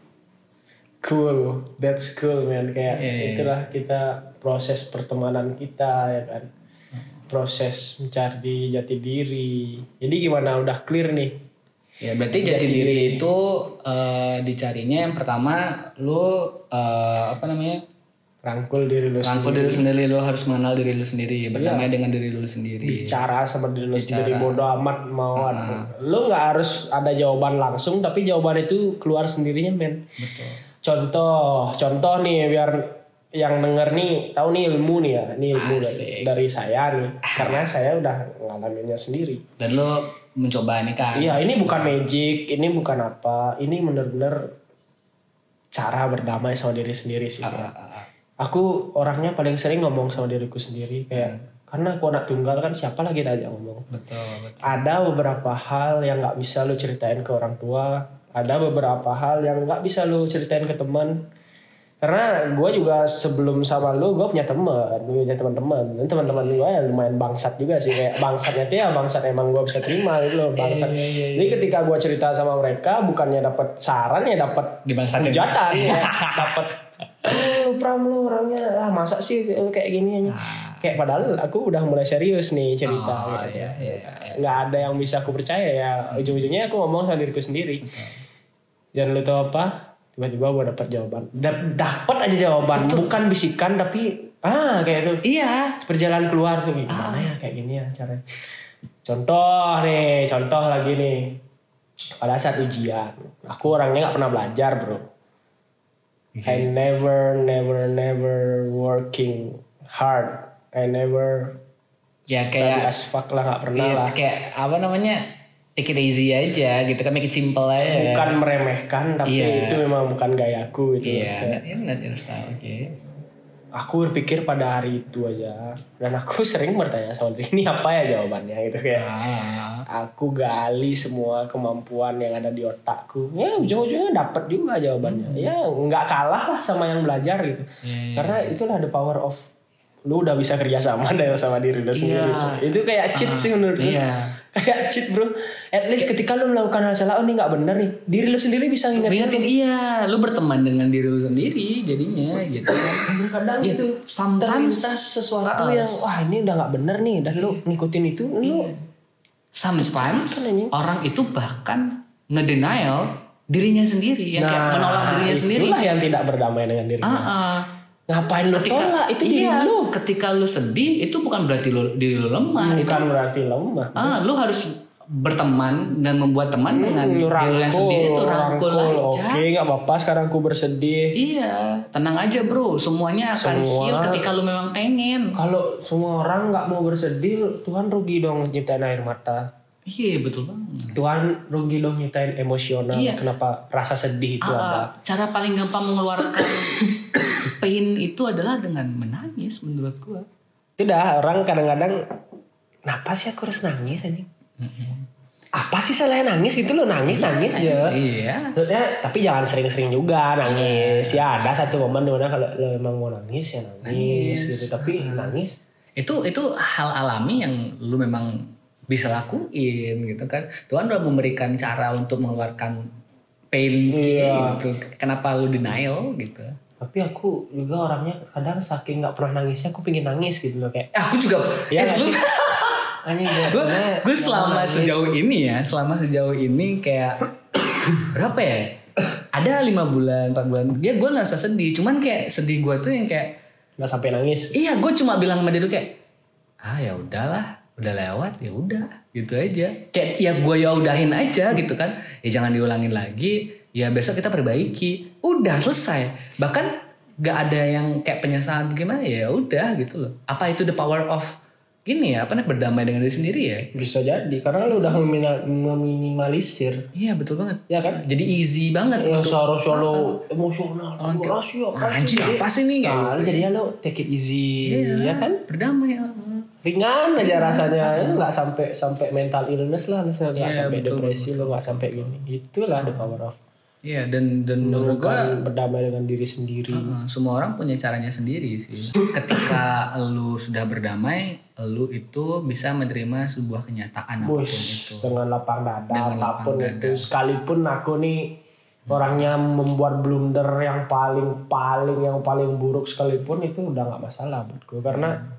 S2: Cool, that's cool man. Kayak yeah, yeah. itulah kita proses pertemanan kita ya kan. Proses mencari jati diri. Jadi gimana udah clear nih?
S1: Ya berarti jati, jati diri, diri itu uh, dicarinya yang pertama lu uh, apa namanya
S2: Rangkul diri lu
S1: Rangkul
S2: sendiri.
S1: diri sendiri, lu harus mengenal diri lu sendiri, berdamai dengan diri lu sendiri.
S2: Bicara sama diri lu
S1: Bicara.
S2: sendiri, bodo amat mau ada. Lu nggak harus ada jawaban langsung, tapi jawaban itu keluar sendirinya, men.
S1: Betul.
S2: Contoh, contoh nih biar yang denger nih tahu nih ilmu nih ya, ini ilmu dari,
S1: Asik.
S2: dari saya nih, karena saya udah ngalaminnya sendiri.
S1: Dan lu mencoba ini kan.
S2: Iya, ini bukan magic, ini bukan apa, ini bener-bener cara berdamai sama diri sendiri sih.
S1: Ah,
S2: kayak.
S1: ah, ah.
S2: Aku orangnya paling sering ngomong sama diriku sendiri kayak karena aku anak tunggal kan siapa lagi aja ngomong.
S1: Betul, betul.
S2: Ada beberapa hal yang nggak bisa lu ceritain ke orang tua, ada beberapa hal yang nggak bisa lu ceritain ke teman. Karena gue juga sebelum sama lu gue punya teman, gue punya teman-teman dan teman-teman gue ya lumayan bangsat juga sih kayak bangsatnya tuh ya bangsat emang gue bisa terima gitu loh bangsat. Jadi ketika gue cerita sama mereka bukannya dapat saran ya dapat
S1: Dibangsatin.
S2: hujatan ya, dapat lu pram lu orangnya ah masa sih lu kayak gini aja. Kayak padahal aku udah mulai serius nih cerita
S1: Oh,
S2: gitu.
S1: iya, iya, iya.
S2: Nggak ada yang bisa aku percaya ya ujung-ujungnya aku ngomong sama diriku sendiri. Dan lu tahu apa? Tiba-tiba gue dapat jawaban. Da- dapat aja jawaban, betul. Bukan bisikan tapi ah kayak itu.
S1: Iya.
S2: Berjalan keluar tuh gimana ya kayak gini ya caranya. Contoh nih, contoh lagi nih. Pada saat ujian, aku orangnya nggak pernah belajar, bro. I never, never, never working hard. I never
S1: Ya
S2: study
S1: kayak
S2: as fuck lah, nggak pernah
S1: iya,
S2: lah.
S1: kayak apa namanya? Take it easy aja gitu kan, make it simple aja.
S2: Bukan meremehkan, tapi
S1: Iya.
S2: itu memang bukan gayaku gitu.
S1: Iya,
S2: Kayak,
S1: not, not your style, oke.
S2: aku berpikir pada hari itu aja, dan aku sering bertanya sama diri ini apa ya jawabannya gitu kayak.
S1: Ah.
S2: Aku gali semua kemampuan yang ada di otakku. Ya ujung-ujungnya dapat juga jawabannya. Ya nggak kalah lah sama yang belajar gitu.
S1: Iya,
S2: Karena itulah the power of lu udah bisa kerja sama deh sama diri lu sendiri.
S1: Iya.
S2: Coy. Itu kayak cheat sih menurut gue.
S1: Iya.
S2: Kayak cheat bro. At least ketika lu melakukan hal salah, oh ini nggak bener nih. Diri lu sendiri bisa ngingetin.
S1: Ingetin iya, lu berteman dengan diri lu sendiri jadinya gitu kan.
S2: Kadang
S1: Iya,
S2: itu
S1: sometimes-
S2: terlintas sesuatu
S1: Ah,
S2: yang wah ini udah nggak bener nih dan lu ngikutin itu lu
S1: Sometimes
S2: Kan ini.
S1: orang itu bahkan ngedenial dirinya sendiri, yang kayak menolak dirinya sendiri.
S2: Itulah yang tidak berdamai dengan diri.
S1: Ah, ah.
S2: Ngapain lu tolak? Itu diri
S1: iya,
S2: lu.
S1: ketika lu sedih itu bukan berarti lu, diri lu lemah. Itu,
S2: Bukan berarti lemah.
S1: ah, lu harus berteman dan membuat teman dengan
S2: Hmm,
S1: diri lu yang sedih itu rangkul aja.
S2: Oke, nggak apa-apa. Sekarang aku bersedih.
S1: Iya, tenang aja bro, semuanya akan
S2: Semua-
S1: heal ketika lu memang pengen.
S2: Kalau semua orang nggak mau bersedih, Tuhan rugi dong nyiptain air mata.
S1: Iya betul banget.
S2: Tuhan rugi dong nyiptain emosional.
S1: Iya.
S2: Kenapa rasa sedih itu
S1: Ah,
S2: ada?
S1: ah, cara paling gampang mengeluarkan pain itu adalah dengan menangis menurut gua.
S2: Tidak, orang kadang-kadang kenapa sih aku harus nangis aja? Apa sih salahnya nangis gitu loh, nangis nangis aja.
S1: Iya.
S2: Maksudnya, tapi jangan sering-sering juga nangis. Ya ada satu momen dimana kalau lo emang mau nangis ya nangis, gitu. Tapi nangis
S1: Itu itu hal alami yang lu memang bisa lakuin gitu kan. Tuhan udah memberikan cara untuk mengeluarkan pain
S2: Iya.
S1: gitu. Kenapa lu denial gitu?
S2: tapi aku juga orangnya kadang saking nggak pernah nangisnya aku pingin nangis gitu loh kayak
S1: Aku juga
S2: ya
S1: eh,
S2: nggak
S1: lu
S2: sih? Anjing gue
S1: gue gue selama sejauh ini ya selama sejauh ini kayak berapa ya ada lima bulan empat bulan ya gue ngerasa sedih cuman kayak sedih gue tuh yang kayak
S2: nggak sampai nangis.
S1: iya gue cuma bilang sama dia tuh kayak ah ya udahlah udah lewat ya udah gitu aja kayak ya gue ya udahin aja gitu kan ya jangan diulangin lagi ya besok kita perbaiki udah selesai bahkan gak ada yang kayak penyesalan gimana ya udah gitu loh apa itu the power of gini ya apa nih berdamai dengan diri sendiri ya
S2: Bisa jadi karena lu udah memina- meminimalisir
S1: iya betul banget
S2: ya kan.
S1: jadi easy banget
S2: Yang
S1: untuk
S2: seharusnya lo emosional,
S1: Orang kayak,
S2: rasio,
S1: anjing apa sih nih kayak
S2: Nah, jadinya lo take it easy, ya kan?
S1: berdamai ya.
S2: Ringan aja rasanya, nggak sampai sampai mental illness lah, nggak
S1: Iya,
S2: sampai
S1: betul,
S2: depresi lo, nggak sampai gini. Itulah the power of
S1: Iya dan dan menurut gua
S2: bukan berdamai dengan diri sendiri.
S1: uh, semua orang punya caranya sendiri sih. Ketika lu sudah berdamai, lu itu bisa menerima sebuah kenyataan apapun itu.
S2: Bus, dengan lapang dada,
S1: Dengan
S2: apapun
S1: lapang
S2: itu.
S1: dada.
S2: Sekalipun aku nih orangnya membuat blunder yang paling paling yang paling buruk sekalipun itu udah nggak masalah buatku karena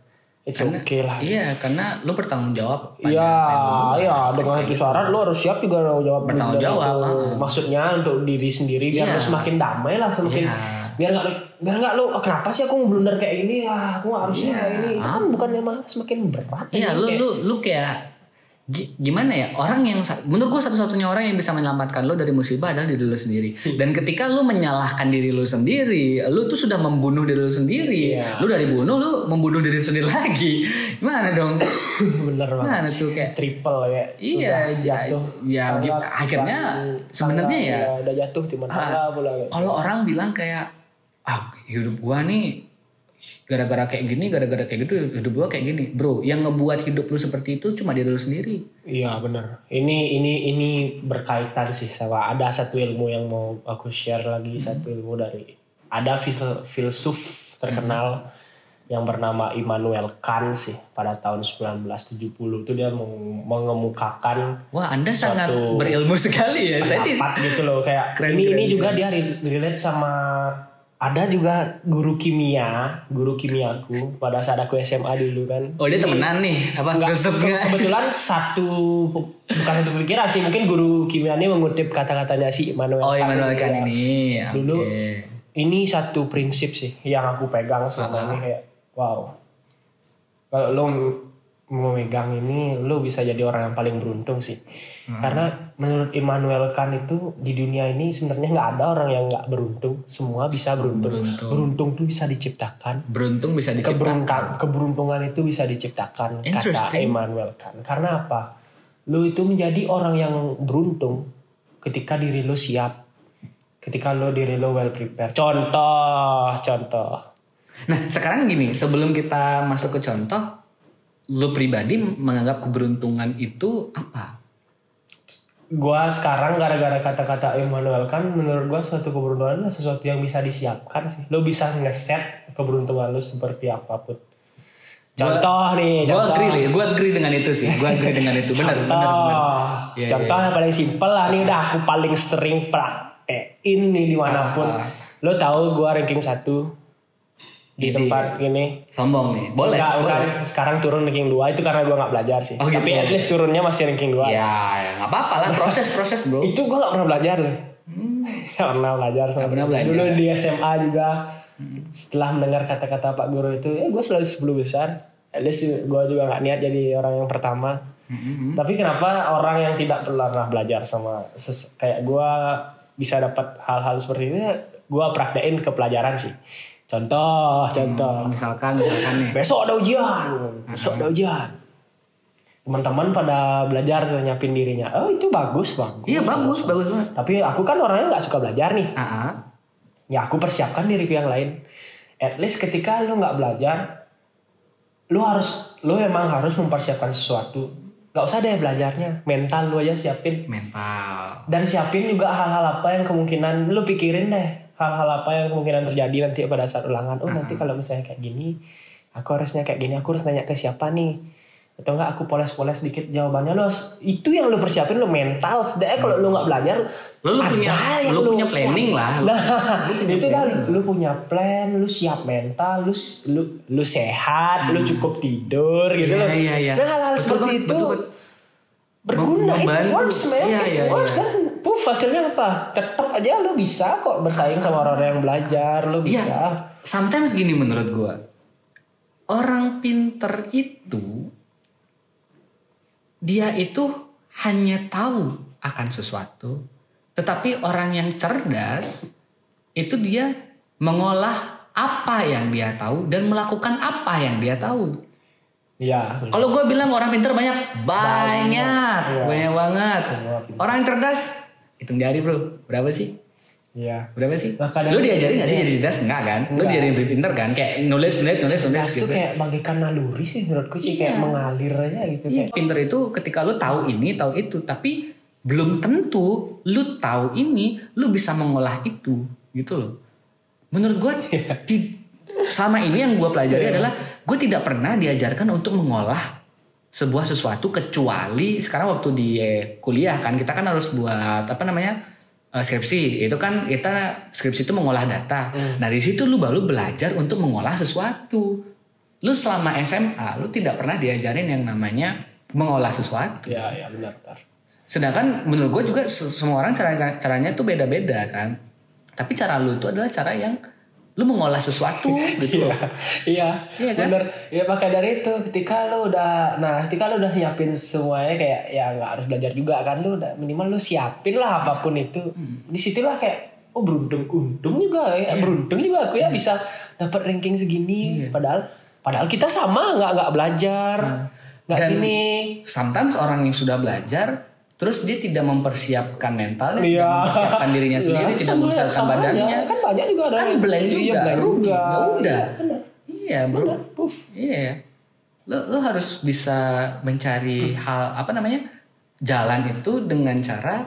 S2: It's
S1: Karena-
S2: okay lah.
S1: Iya, karena lu bertanggung jawab. pada
S2: Iya,
S1: apa yang lu buat.
S2: iya dengan
S1: Kayak
S2: itu
S1: gitu.
S2: syarat lo harus siap juga tanggung jawab.
S1: Bertanggung
S2: Dan
S1: jawab,
S2: itu
S1: ah.
S2: maksudnya untuk diri sendiri biar
S1: Iya.
S2: lo semakin damai lah, semakin
S1: Iya.
S2: biar nggak biar nggak lo, "Oh, kenapa sih aku blunder kayak ini? Ah, aku nggak harusnya
S1: Iya.
S2: kayak ini." Itu kan bukannya malah semakin berat.
S1: Iya,
S2: aja,
S1: lu
S2: kayak-
S1: lu lu kayak gi- gimana ya, orang yang sa- menurut gue satu-satunya orang yang bisa menyelamatkan lo dari musibah adalah diri lo sendiri. Dan ketika lo menyalahkan diri lo sendiri, lo tuh sudah membunuh diri lo sendiri.
S2: Iya.
S1: Lo dari bunuh, lo membunuh diri sendiri lagi. Gimana dong?
S2: Bener banget.
S1: Mana
S2: sih.
S1: tuh kayak-
S2: triple ya.
S1: Iya,
S2: Udah
S1: ya,
S2: jatuh.
S1: ya,
S2: Tangga,
S1: akhirnya
S2: tangga,
S1: sebenarnya ya,
S2: udah jatuh di mana pula. kayak.
S1: kalau orang bilang kayak, ah hidup gua nih gara-gara kayak gini, gara-gara kayak gitu, hidup gua kayak gini, bro. Yang ngebuat hidup lu seperti itu cuma diri lu sendiri.
S2: Iya benar. Ini ini ini berkaitan sih sama ada satu ilmu yang mau aku share lagi, satu ilmu dari ada fil- filsuf terkenal yang bernama Immanuel Kant sih pada tahun sembilan belas tujuh puluh itu dia meng- mengemukakan
S1: Wah, Anda sangat
S2: Satu
S1: berilmu sekali ya. Saya tidak.
S2: pendapat gitu loh kayak
S1: Keren,
S2: ini
S1: keren,
S2: ini juga
S1: keren.
S2: dia re- relate sama ada juga guru kimia, guru kimiaku pada saat aku S M A dulu kan.
S1: Oh, dia temenan nih, apa
S2: Enggak,
S1: filsuf
S2: ke-
S1: nggak?
S2: kebetulan satu bukan satu pikiran sih, mungkin guru kimia ini mengutip kata-katanya si Immanuel
S1: Oh,
S2: Kant
S1: Immanuel
S2: ini,
S1: Kant
S2: ya.
S1: ini.
S2: Dulu
S1: Oke.
S2: ini satu prinsip sih yang aku pegang selama
S1: Ah.
S2: ini kayak wow. Kalau lo memegang ini lo bisa jadi orang yang paling beruntung sih.
S1: Hmm.
S2: Karena menurut Immanuel Kant itu di dunia ini sebenarnya nggak ada orang yang nggak beruntung. Semua bisa beruntung.
S1: Beruntung.
S2: Beruntung tuh bisa diciptakan.
S1: Beruntung bisa
S2: Keberuntungan,
S1: diciptakan.
S2: keberuntungan itu bisa diciptakan, kata
S1: Interesting.
S2: Immanuel Kant. Karena apa? Lu itu menjadi orang yang beruntung ketika diri lu siap. Ketika lu diri lu well prepared. Contoh, contoh.
S1: Nah, sekarang gini, sebelum kita masuk ke contoh, lu pribadi menganggap keberuntungan itu apa?
S2: Gua sekarang gara-gara kata-kata Immanuel Kant, menurut gua suatu keberuntungan adalah sesuatu yang bisa disiapkan sih. Lu bisa ngeset keberuntungan lu seperti apapun. Contoh nih,
S1: Gue
S2: contoh.
S1: agree, gue agree dengan itu sih. Gue agree dengan itu. Benar,
S2: Contoh.
S1: benar, benar. Iya,
S2: Contoh
S1: iya.
S2: yang paling simpel lah nih udah aku paling sering praktein nih dimanapun.
S1: Ah.
S2: Lo tahu gue ranking satu di
S1: Jadi,
S2: tempat ini.
S1: Sombong nih. Boleh,
S2: Enggak,
S1: boleh.
S2: bukan. Sekarang turun ranking dua itu karena gue nggak belajar sih.
S1: Oh, gitu.
S2: Tapi at least turunnya masih ranking dua.
S1: Ya, ya nggak apa-apa lah. Proses-proses bro.
S2: Itu gue nggak pernah belajar loh. Nggak pernah belajar. sama
S1: Nggak pernah
S2: dia.
S1: belajar.
S2: Dulu di S M A juga. Setelah mendengar kata-kata Pak Guru itu, ya gue selalu sepuluh besar. At least gue juga nggak niat jadi orang yang pertama.
S1: Mm-hmm.
S2: Tapi kenapa orang yang tidak pernah belajar sama ses- kayak gue bisa dapat hal-hal seperti ini? Gue praktein ke pelajaran sih. Contoh, contoh.
S1: Misalkan, misalkan nih.
S2: Besok ada ujian, besok ada ujian. Teman-teman pada belajar nyiapin dirinya. Oh itu bagus, bagus.
S1: Iya bagus, bagus banget.
S2: Tapi aku kan orangnya nggak suka belajar nih.
S1: Ah, ah.
S2: Ya aku persiapkan diriku yang lain. At least ketika lu nggak belajar, lu harus, lu emang harus mempersiapkan sesuatu. Gak usah deh belajarnya, mental lu aja siapin.
S1: Mental.
S2: Dan siapin juga hal-hal apa yang kemungkinan lu pikirin deh. Hal-hal apa yang kemungkinan terjadi nanti pada saat ulangan. Oh nanti kalau misalnya kayak gini, aku harusnya kayak gini. Aku harus nanya ke siapa nih? Atau enggak aku poles-poles sedikit jawabannya. Lu harus- itu yang lu persiapin, lu mental. Sedangkan kalau lu nggak belajar,
S1: Lu, lu
S2: ada
S1: punya,
S2: yang
S1: lu punya
S2: siap.
S1: planning lah. Lu-
S2: Nah,
S1: lu punya
S2: itu dah
S1: planning.
S2: lu punya plan, lu siap mental, lu lu lu sehat, lu cukup tidur gitu
S1: Iya,
S2: loh.
S1: iya, iya.
S2: Nah, hal-hal
S1: Betul
S2: seperti
S1: banget,
S2: itu
S1: betul banget.
S2: berguna, it
S1: Membantu.
S2: works man,
S1: Iya,
S2: it
S1: iya,
S2: works
S1: iya.
S2: dan puff hasilnya apa? Tetap aja lu bisa kok bersaing sama orang-orang yang belajar, lu
S1: Iya.
S2: bisa.
S1: Sometimes gini menurut gue. Orang pinter itu, dia itu hanya tahu akan sesuatu. Tetapi orang yang cerdas, itu dia mengolah apa yang dia tahu dan melakukan apa yang dia tahu.
S2: Iya.
S1: Kalau gue bilang orang pinter banyak, banyak,
S2: Iya.
S1: banyak banget.
S2: Semua pinter.
S1: Orang yang cerdas, hitung jari bro, berapa sih?
S2: Iya.
S1: Berapa sih?
S2: Nah, kadang-
S1: Lu diajarin gak sih jadi cerdas? Enggak kan? Lu
S2: Enggak.
S1: diajarin pinter kan? Kayak nulis, nulis, nulis, nulis
S2: Cerdas
S1: gitu.
S2: tuh kayak bagaikan naluri sih menurutku sih, kayak mengalir aja gitu.
S1: Iya,
S2: Kayak,
S1: pinter itu ketika lu tahu ini, tahu itu, tapi belum tentu lu tahu ini, lu bisa mengolah itu, gitu loh. Menurut gua, di, selama ini yang gua pelajari adalah gua tidak pernah diajarkan untuk mengolah sebuah sesuatu kecuali sekarang waktu di eh, kuliah kan kita kan harus buat apa namanya eh, skripsi. Itu kan kita skripsi itu mengolah data. Nah di situ lu baru belajar untuk mengolah sesuatu. lu selama S M A lu tidak pernah diajarin yang namanya mengolah sesuatu.
S2: Ya, ya benar, benar.
S1: Sedangkan menurut gue juga semua orang cara caranya tuh beda-beda kan. Tapi cara lu itu adalah cara yang lu mengolah sesuatu gitu.
S2: Iya, iya kan? Bener. Ya pakai dari itu ketika lu udah, nah ketika lu udah siapin semuanya kayak ya nggak harus belajar juga kan, lu udah minimal lu siapin lah apapun itu. Hmm. Disitulah kayak oh beruntung, untung juga ya, yeah. beruntung juga aku ya hmm. bisa dapat ranking segini. Yeah. Padahal, padahal kita sama nggak nggak belajar, nggak
S1: nah.
S2: gini.
S1: Sometimes orang yang sudah belajar terus dia tidak mempersiapkan mentalnya, yeah. tidak mempersiapkan dirinya sendiri, yeah. tidak mempersiapkan badannya.
S2: Kan banyak juga ada.
S1: Kan blank juga,
S2: iya,
S1: rugi.
S2: Ya
S1: udah.
S2: Bener.
S1: Iya, bro.
S2: Bener. Puff.
S1: Iya. Lo lo harus bisa mencari hmm. hal apa namanya? Jalan itu dengan cara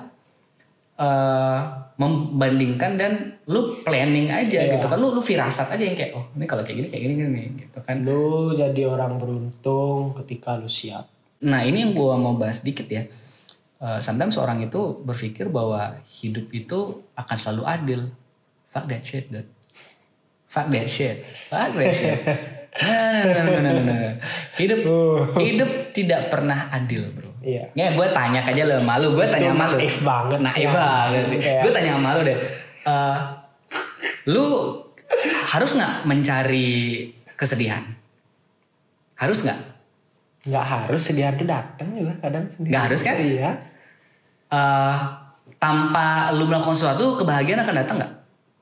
S1: uh, membandingkan dan lu planning aja yeah. gitu kan. Lu lu firasat aja yang kayak oh, ini kalau kayak gini kayak gini gini gitu kan.
S2: Lu jadi orang beruntung ketika lu siap.
S1: Nah, ini yang gua mau bahas dikit ya. Uh, sometimes orang itu berpikir bahwa hidup itu akan selalu adil. Fuck that shit, dude. Fuck that shit. Fuck that shit. Nah, nah, nah, nah, nah. Hidup hidup tidak pernah adil, bro.
S2: Iya.
S1: Ya, gue tanya aja lo malu. Gue tanya malu.
S2: Naif banget.
S1: Naif banget sih. Gue tanya malu deh. Uh, lu harus nggak mencari kesedihan? Harus nggak?
S2: Nggak harus, sedih itu datang juga kadang sendiri.
S1: Nggak harus kan?
S2: Iya.
S1: Uh, tanpa lu melakukan sesuatu, kebahagiaan akan datang nggak?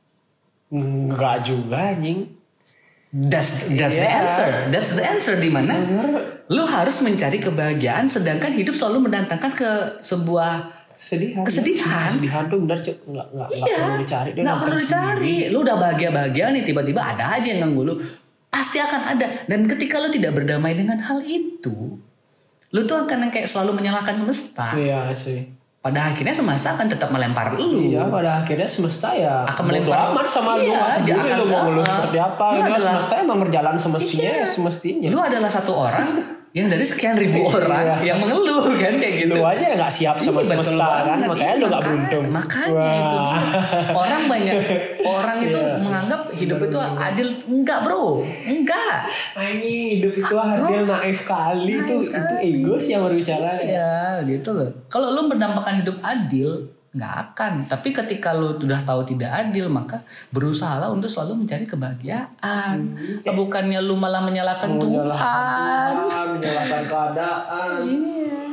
S2: Nggak juga anjing.
S1: That's that's yeah. the answer. That's the answer di mana? Lu harus mencari kebahagiaan, sedangkan hidup selalu mendatangkan ke sebuah
S2: kesedihan.
S1: Kesedihan.
S2: Kesedihan tuh benar cuk, nggak nggak
S1: iya.
S2: perlu dicari.
S1: Nggak perlu dicari. Lu udah bahagia-bahagia nih, tiba-tiba ada aja yang ganggu lu. Pasti akan ada. Dan ketika lu tidak berdamai dengan hal itu, lu tuh akan kayak selalu menyalahkan semesta.
S2: Iya sih.
S1: Pada akhirnya semesta akan tetap melempar lu.
S2: Iya, pada akhirnya semesta ya
S1: akan melempar
S2: amat sama
S1: iya,
S2: lu.
S1: Dia akan
S2: lu mau lu seperti apa. Lu adalah, semesta emang berjalan semestinya,
S1: iya.
S2: semestinya.
S1: Lu adalah satu orang yang dari sekian ribu orang
S2: iya.
S1: yang mengeluh kan kayak gitu.
S2: Lu aja gak siap sama iya, semesta kan, makanya lu gak beruntung.
S1: Makanya Wah. itu dia. Orang banyak orang itu yeah. menganggap hidup itu adil. Enggak bro, enggak.
S2: Ini hidup itu adil, naif kali itu itu ego sih yang berbicara.
S1: Iya gitu loh. Kalau lu mendambakan hidup adil, nggak akan. Tapi ketika lu sudah tahu tidak adil, maka berusahalah untuk selalu mencari kebahagiaan. Hmm, Bukannya lu malah menyalahkan Tuhan.
S2: Menyalahkan Tuhan, menyalahkan keadaan.
S1: Iya.